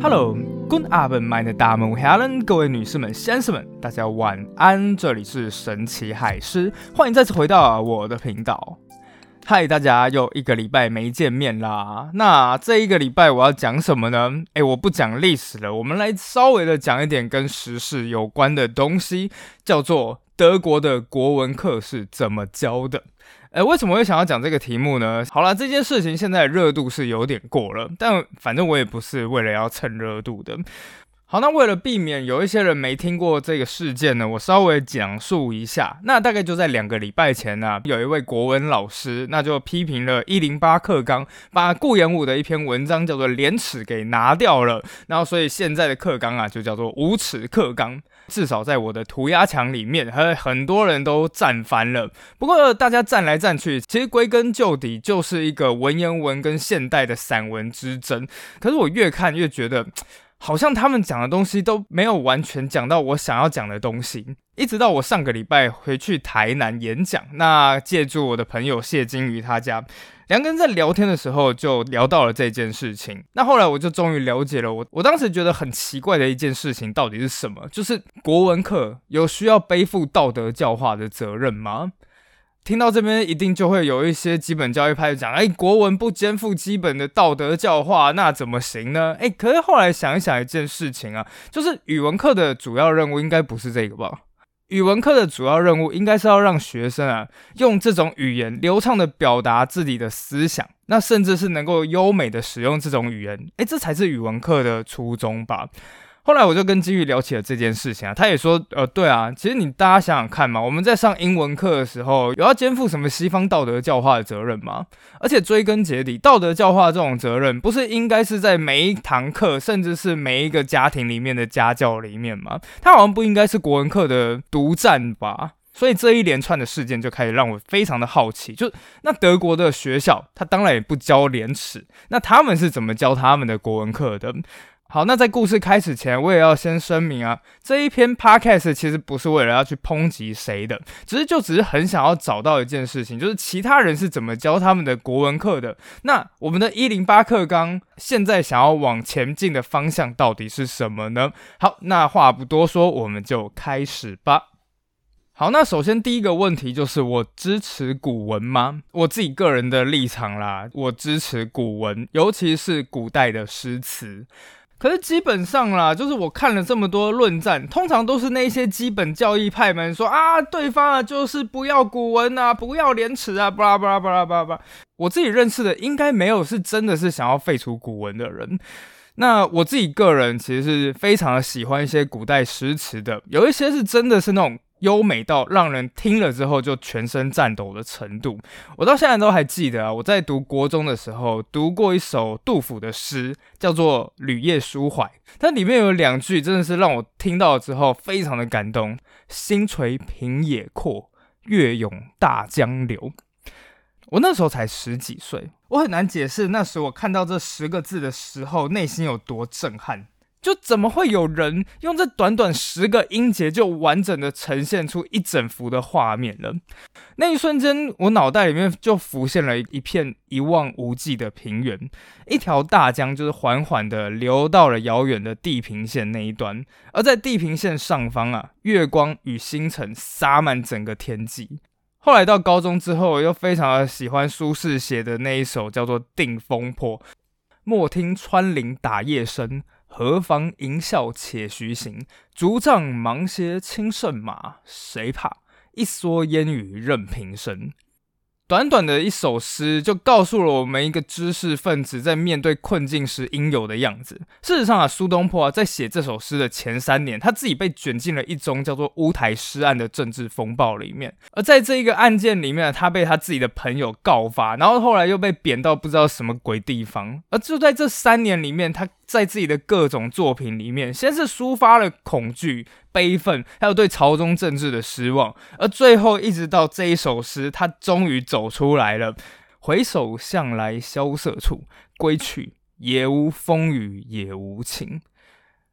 Hello, good afternoon, meine Damen und Herren，各位女士们、先生们，大家晚安。这里是神奇海狮，欢迎再次回到我的频道。嗨，大家又一个礼拜没见面啦。那这一个礼拜我要讲什么呢？我不讲历史了，我们来稍微的讲一点跟时事有关的东西，叫做德国的国文课是怎么教的。为什么会想要讲这个题目呢？好啦，这件事情现在的热度是有点过了，但反正我也不是为了要蹭热度的。好，那为了避免有一些人没听过这个事件呢，我稍微讲述一下。那大概就在2个礼拜前呢，有一位国文老师，那就批评了108课纲，把顾炎武的一篇文章叫做《廉耻》给拿掉了，然后所以现在的课纲啊就叫做无耻课纲。至少在我的涂鸦墙里面，很多人都站翻了。不过大家站来站去，其实归根究底就是一个文言文跟现代的散文之争。可是我越看越觉得，好像他们讲的东西都没有完全讲到我想要讲的东西。一直到我上个礼拜回去台南演讲，那借助我的朋友谢金鱼他家，两个人在聊天的时候就聊到了这件事情。那后来我就终于了解了我当时觉得很奇怪的一件事情到底是什么，就是国文课有需要背负道德教化的责任吗？听到这边一定就会有一些基本教育派讲，国文不肩负基本的道德教化，那怎么行呢？可是后来想一想一件事情啊，就是语文课的主要任务应该不是这个吧？语文课的主要任务应该是要让学生啊，用这种语言流畅的表达自己的思想，那甚至是能够优美的使用这种语言，这才是语文课的初衷吧。后来我就跟金鱼聊起了这件事情啊，他也说，对啊，其实大家想想看嘛，我们在上英文课的时候，有要肩负什么西方道德教化的责任吗？而且追根结底，道德教化这种责任，不是应该是在每一堂课，甚至是每一个家庭里面的家教里面吗？它好像不应该是国文课的独占吧？所以这一连串的事件就开始让我非常的好奇，就那德国的学校，他当然也不教廉耻，那他们是怎么教他们的国文课的？好，那在故事开始前，我也要先声明啊，这一篇 podcast 其实不是为了要去抨击谁的，只是很想要找到一件事情，就是其他人是怎么教他们的国文课的。那我们的108课纲现在想要往前进的方向到底是什么呢？好，那话不多说，我们就开始吧。好，那首先第一个问题就是我支持古文吗？我自己个人的立场啦，我支持古文，尤其是古代的诗词。可是基本上啦，就是我看了这么多论战，通常都是那些基本教义派们说啊，对方啊就是不要古文啊，不要廉耻啊，巴拉巴拉巴拉巴拉。我自己认识的应该没有是真的是想要废除古文的人。那我自己个人其实是非常的喜欢一些古代诗词的，有一些是真的是那种优美到让人听了之后就全身颤抖的程度。我到现在都还记得啊，我在读国中的时候读过一首杜甫的诗，叫做《旅夜书怀》，它里面有2句真的是让我听到了之后非常的感动：星垂平野阔，月涌大江流。我那时候才10几岁，我很难解释那时我看到这10个字的时候内心有多震撼。就怎么会有人用这短短10个音节就完整的呈现出一整幅的画面了？那一瞬间，我脑袋里面就浮现了一片一望无际的平原，一条大江就是缓缓的流到了遥远的地平线那一端，而在地平线上方啊，月光与星辰洒满整个天际。后来到高中之后，我又非常的喜欢苏轼写的那一首叫做《定风波》，莫听穿林打叶声，何妨吟啸且徐行。竹杖芒歇轻胜马，谁怕？一蓑烟雨任平生。短短的一首诗就告诉了我们一个知识分子在面对困境时应有的样子。事实上啊，苏东坡在写这首诗的前3年，他自己被卷进了一宗叫做乌台诗案的政治风暴里面。而在这一个案件里面，他被他自己的朋友告发，然后后来又被贬到不知道什么鬼地方。而就在这3年里面，他在自己的各种作品里面，先是抒发了恐惧、悲愤，还有对朝中政治的失望，而最后一直到这一首诗，他终于走出来了。回首向来萧瑟处，归去，也无风雨也无晴。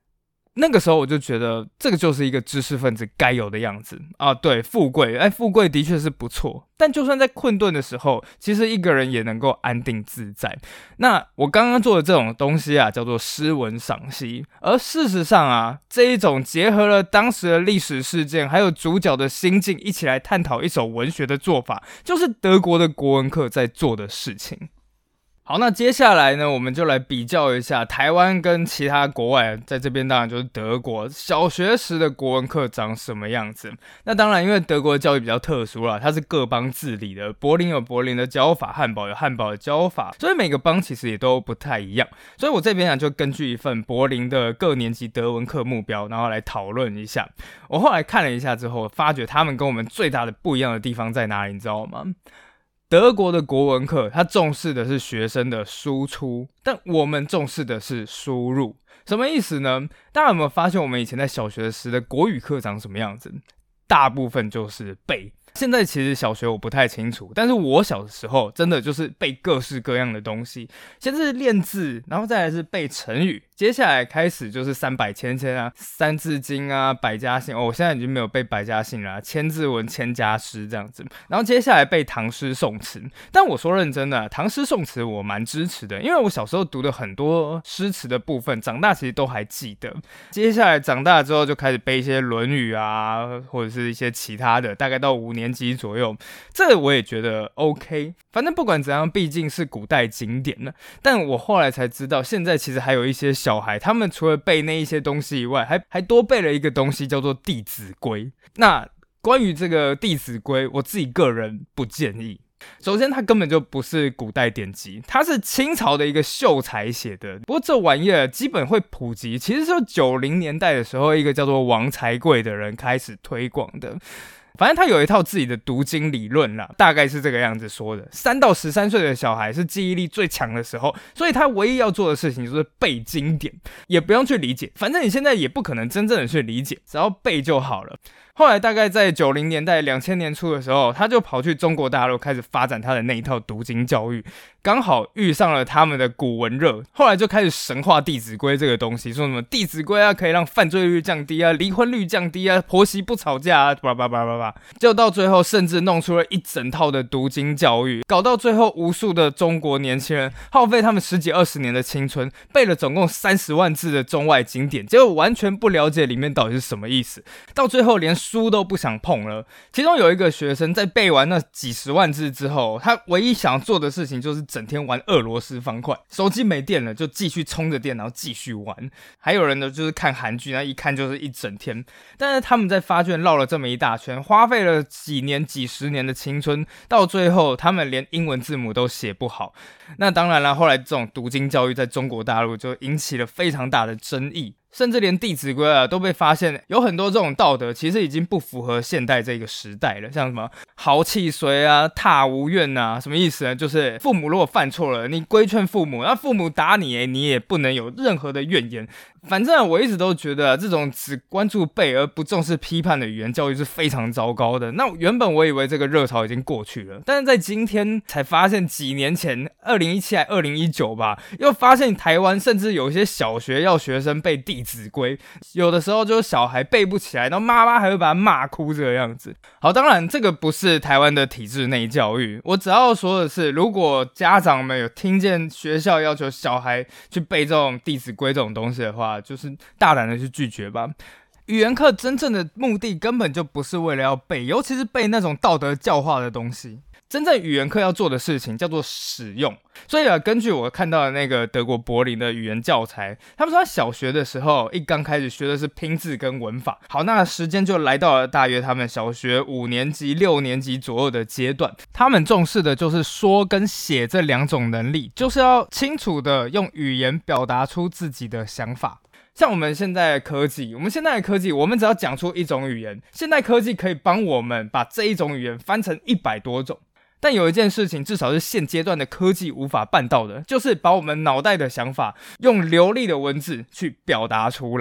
那个时候我就觉得这个就是一个知识分子该有的样子啊，对，富贵，富贵的确是不错，但就算在困顿的时候，其实一个人也能够安定自在。那我刚刚做的这种东西啊，叫做诗文赏析，而事实上啊，这一种结合了当时的历史事件，还有主角的心境，一起来探讨一首文学的做法，就是德国的国文课在做的事情。好，那接下来呢，我们就来比较一下台湾跟其他国外，在这边当然就是德国小学时的国文课长什么样子。那当然，因为德国的教育比较特殊啦，它是各邦自理的，柏林有柏林的教法，汉堡有汉堡的教法，所以每个邦其实也都不太一样。所以我这边就根据一份柏林的各年级德文课目标，然后来讨论一下。我后来看了一下之后，发觉他们跟我们最大的不一样的地方在哪里，你知道吗？德国的国文课，它重视的是学生的输出，但我们重视的是输入。什么意思呢？大家有没有发现我们以前在小学时的国语课长什么样子？大部分就是背。现在其实小学我不太清楚，但是我小的时候真的就是背各式各样的东西，先是练字，然后再来是背成语，接下来开始就是300千千啊、三字经啊、百家姓我现在已经没有背百家姓了千字文、千家诗这样子，然后接下来背唐诗宋词。但我说认真的唐诗宋词我蛮支持的，因为我小时候读的很多诗词的部分，长大其实都还记得。接下来长大之后就开始背一些论语啊，或者是一些其他的，大概到5年级左右，这个我也觉得 OK。反正不管怎样，毕竟是古代经典呢。但我后来才知道，现在其实还有一些小孩，他们除了背那一些东西以外，还多背了一个东西，叫做《弟子规》。那关于这个《弟子规》，我自己个人不建议。首先，它根本就不是古代典籍，它是清朝的一个秀才写的。不过这玩意儿基本会普及，其实是90年代的时候，一个叫做王财贵的人开始推广的。反正他有一套自己的读经理论啦，大概是这个样子说的。3到13岁的小孩是记忆力最强的时候，所以他唯一要做的事情就是背经典，也不用去理解，反正你现在也不可能真正的去理解，只要背就好了。后来大概在90年代、2000年初的时候，他就跑去中国大陆开始发展他的那一套读经教育，刚好遇上了他们的古文热，后来就开始神化《弟子规》这个东西，说什么《弟子规》啊可以让犯罪率降低啊、离婚率降低啊、婆媳不吵架啊，叭叭叭叭叭，就到最后甚至弄出了一整套的读经教育，搞到最后无数的中国年轻人耗费他们10几20年的青春，背了总共30万字的中外经典，结果完全不了解里面到底是什么意思，到最后连书都不想碰了。其中有一个学生在背完那几十万字之后，他唯一想做的事情就是整天玩俄罗斯方块，手机没电了就继续充着电，然后继续玩。还有人呢就是看韩剧，那一看就是一整天。但是他们在发卷绕了这么一大圈，花费了几年几十年的青春，到最后他们连英文字母都写不好。那当然了，后来这种读经教育在中国大陆就引起了非常大的争议，甚至连《弟子规》都被发现有很多这种道德其实已经不符合现代这个时代了，像什么豪气随啊、踏无怨啊，什么意思呢？就是父母如果犯错了，你规劝父母，那父母打你，你也不能有任何的怨言。反正我一直都觉得这种只关注背而不重视批判的语言教育是非常糟糕的。那原本我以为这个热潮已经过去了，但是在今天才发现，几年前2017还2019吧，又发现台湾甚至有一些小学要学生背弟子规，有的时候就是小孩背不起来，然后妈妈还会把他骂哭这个样子。好，当然这个不是台湾的体制内教育，我只要说的是，如果家长们有听见学校要求小孩去背这种弟子规这种东西的话，就是大胆的去拒绝吧。语言课真正的目的根本就不是为了要背，尤其是背那种道德教化的东西。真正语言课要做的事情叫做使用。所以根据我看到的那个德国柏林的语言教材，他们说他小学的时候一刚开始学的是拼字跟文法。好，那时间就来到了大约他们小学5年级、6年级左右的阶段。他们重视的就是说跟写这2种能力，就是要清楚的用语言表达出自己的想法。像我们现在的科技，我们只要讲出一种语言，现代科技可以帮我们把这一种语言翻成100多种。但有一件事情至少是现阶段的科技无法办到的，就是把我们脑袋的想法用流利的文字去表达出来。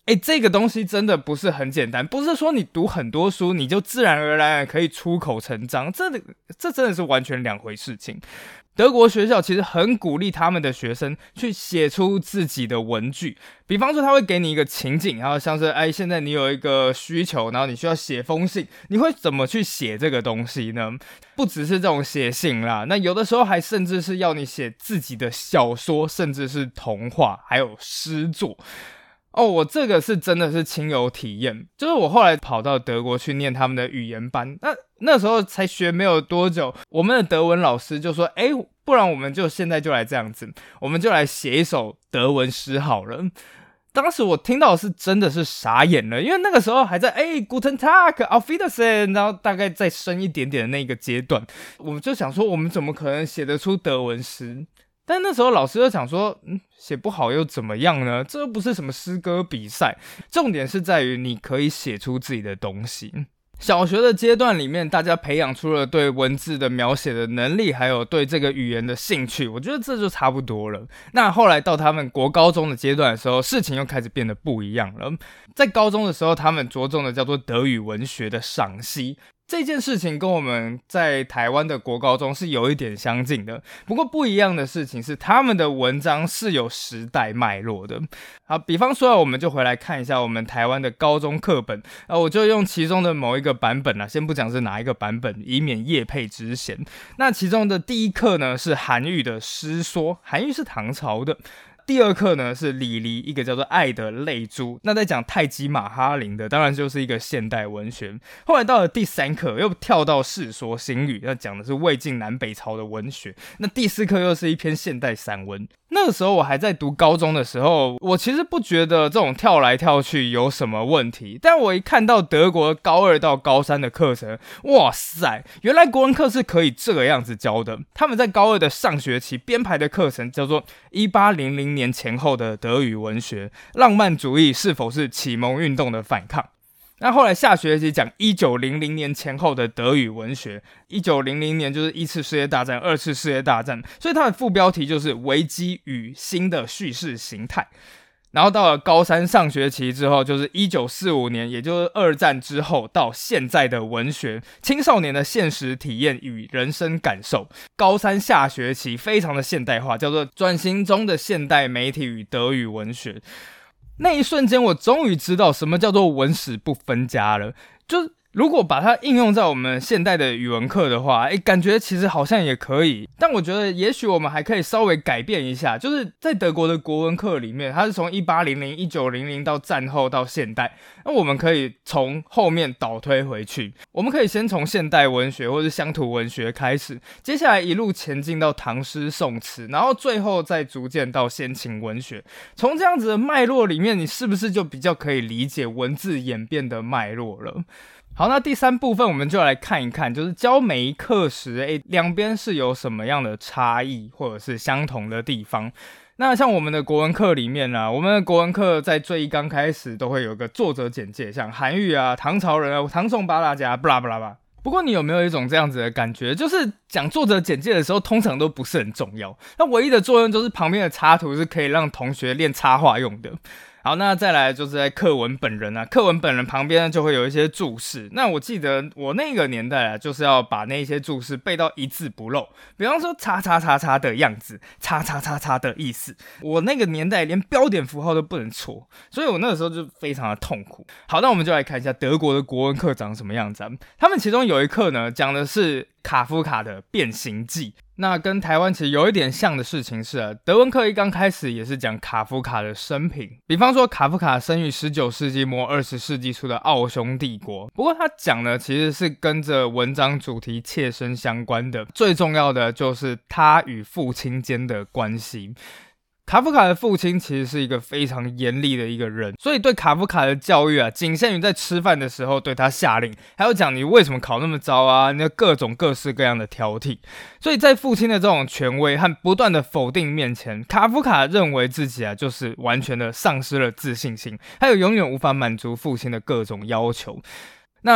这个东西真的不是很简单，不是说你读很多书你就自然而然可以出口成章，这真的是完全两回事情。德国学校其实很鼓励他们的学生去写出自己的文句，比方说他会给你一个情景，然后像是现在你有一个需求，然后你需要写封信，你会怎么去写这个东西呢？不只是这种写信啦，那有的时候还甚至是要你写自己的小说，甚至是童话，还有诗作。我这个是真的是亲有体验，就是我后来跑到德国去念他们的语言班，那时候才学没有多久，我们的德文老师就说不然我们就现在就来这样子，我们就来写一首德文诗好了。当时我听到的是真的是傻眼了，因为那个时候还在Guten Tag Auf Wiedersehen， 然后大概再深一点点的那个阶段，我们就想说我们怎么可能写得出德文诗？但那时候老师就想说，写不好又怎么样呢？这又不是什么诗歌比赛，重点是在于你可以写出自己的东西。小学的阶段里面，大家培养出了对文字的描写的能力，还有对这个语言的兴趣，我觉得这就差不多了。那后来到他们国高中的阶段的时候，事情又开始变得不一样了。在高中的时候，他们着重的叫做德语文学的赏析。这件事情跟我们在台湾的国高中是有一点相近的，不过不一样的事情是他们的文章是有时代脉络的。好，比方说我们就回来看一下我们台湾的高中课本，我就用其中的某一个版本先不讲是哪一个版本，以免业配之嫌。那其中的第一课呢是韩愈的诗说，韩愈是唐朝的。第二课呢是李黎一个叫做《爱的泪珠》，那在讲泰姬玛哈陵的，当然就是一个现代文学。后来到了第三课又跳到《世说新语》，那讲的是魏晋南北朝的文学。那第四课又是一篇现代散文。那个时候我还在读高中的时候，我其实不觉得这种跳来跳去有什么问题，但我一看到德国高2到高3的课程，哇塞，原来国文课是可以这个样子教的。他们在高2的上学期编排的课程叫做1800年前后的德语文学，浪漫主义是否是启蒙运动的反抗。那后来下学期讲1900年前后的德语文学，1900年就是1次世界大战、2次世界大战，所以它的副标题就是危机与新的叙事形态。然后到了高3上学期之后，就是1945年，也就是2战之后到现在的文学，青少年的现实体验与人生感受。高3下学期非常的现代化，叫做转型中的现代媒体与德语文学。那一瞬间我终于知道什么叫做文史不分家了，就是如果把它应用在我们现代的语文课的话，感觉其实好像也可以。但我觉得也许我们还可以稍微改变一下，就是在德国的国文课里面，它是从1800、1900到战后到现代，那我们可以从后面倒推回去，我们可以先从现代文学或是乡土文学开始，接下来一路前进到唐诗宋词，然后最后再逐渐到先秦文学。从这样子的脉络里面，你是不是就比较可以理解文字演变的脉络了？好，那第三部分我们就来看一看，就是教每一课时，两边是有什么样的差异或者是相同的地方。那像我们的国文课里面啊，我们的国文课在最一刚开始都会有个作者简介，像韩愈啊、唐朝人啊、唐宋八大家，blah blah blah。不过你有没有一种这样子的感觉，就是讲作者简介的时候通常都不是很重要，那唯一的作用就是旁边的插图是可以让同学练插画用的。好，那再来就是在课文本人啊，课文本人旁边就会有一些注释。那我记得我那个年代啊，就是要把那些注释背到一字不漏。比方说叉叉叉叉的样子，叉叉叉叉的意思，我那个年代连标点符号都不能错，所以我那个时候就非常的痛苦。好，那我们就来看一下德国的国文课长什么样子啊。他们其中有一课呢，讲的是卡夫卡的《变形记》。那跟台湾其实有一点像的事情是德文课一刚开始也是讲卡夫卡的生平，比方说卡夫卡生于19世纪末20世纪初的奥匈帝国，不过他讲的其实是跟着文章主题切身相关的，最重要的就是他与父亲间的关系。卡夫卡的父亲其实是一个非常严厉的一个人，所以对卡夫卡的教育啊，仅限于在吃饭的时候对他下令，还有讲你为什么考那么糟啊，那各种各式各样的挑剔。所以在父亲的这种权威和不断的否定面前，卡夫卡认为自己啊就是完全的丧失了自信心，还有永远无法满足父亲的各种要求。那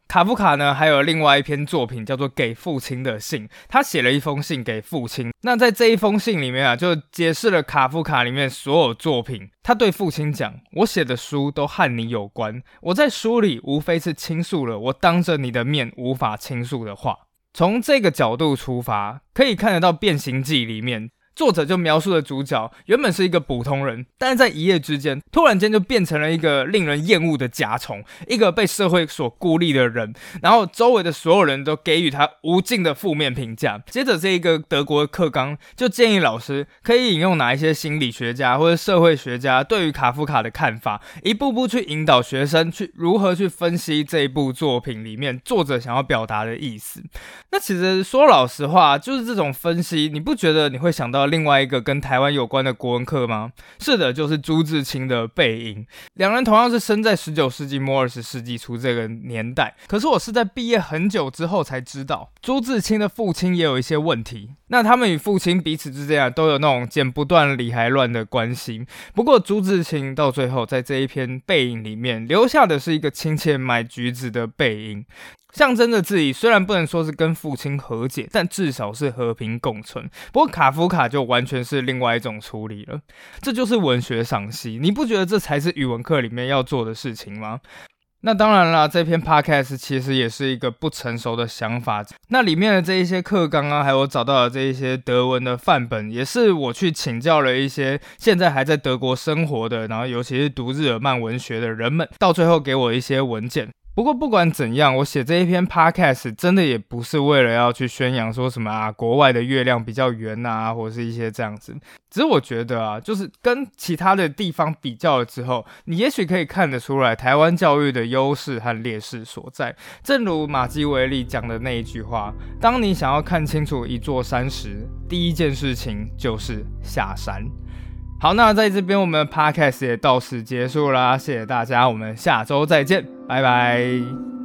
卡夫卡呢，还有另外一篇作品叫做《给父亲的信》，他写了一封信给父亲。那在这一封信里面啊，就解释了卡夫卡里面所有作品。他对父亲讲：“我写的书都和你有关，我在书里无非是倾诉了我当着你的面无法倾诉的话。”从这个角度出发，可以看得到《变形记》里面。作者就描述的主角原本是一个普通人，但是在一夜之间，突然间就变成了一个令人厌恶的甲虫，一个被社会所孤立的人，然后周围的所有人都给予他无尽的负面评价。接着这一个德国的课纲就建议老师可以引用哪一些心理学家或者社会学家对于卡夫卡的看法，一步步去引导学生去如何去分析这一部作品里面作者想要表达的意思。那其实说老实话，就是这种分析，你不觉得你会想到另外一个跟台湾有关的国文课吗？是的，就是朱自清的《背影》。两人同样是生在19世纪末20世纪初这个年代，可是我是在毕业很久之后才知道，朱自清的父亲也有一些问题。那他们与父亲彼此之间啊，都有那种剪不断理还乱的关系。不过朱自清到最后在这一篇《背影》里面留下的是一个亲切买橘子的背影。象征着自己虽然不能说是跟父亲和解，但至少是和平共存。不过卡夫卡就完全是另外一种处理了，这就是文学赏析。你不觉得这才是语文课里面要做的事情吗？那当然啦，这篇 podcast 其实也是一个不成熟的想法。那里面的这一些课纲啊，还有找到的这一些德文的范本，也是我去请教了一些现在还在德国生活的，然后尤其是读日耳曼文学的人们，到最后给我一些文件。不过不管怎样，我写这一篇 podcast 真的也不是为了要去宣扬说什么啊，国外的月亮比较圆啊，或者是一些这样子。只是我觉得啊，就是跟其他的地方比较了之后，你也许可以看得出来台湾教育的优势和劣势所在。正如马基维利讲的那一句话：当你想要看清楚一座山时，第一件事情就是下山。好，那在这边我们的 podcast 也到此结束啦，谢谢大家，我们下周再见，拜拜。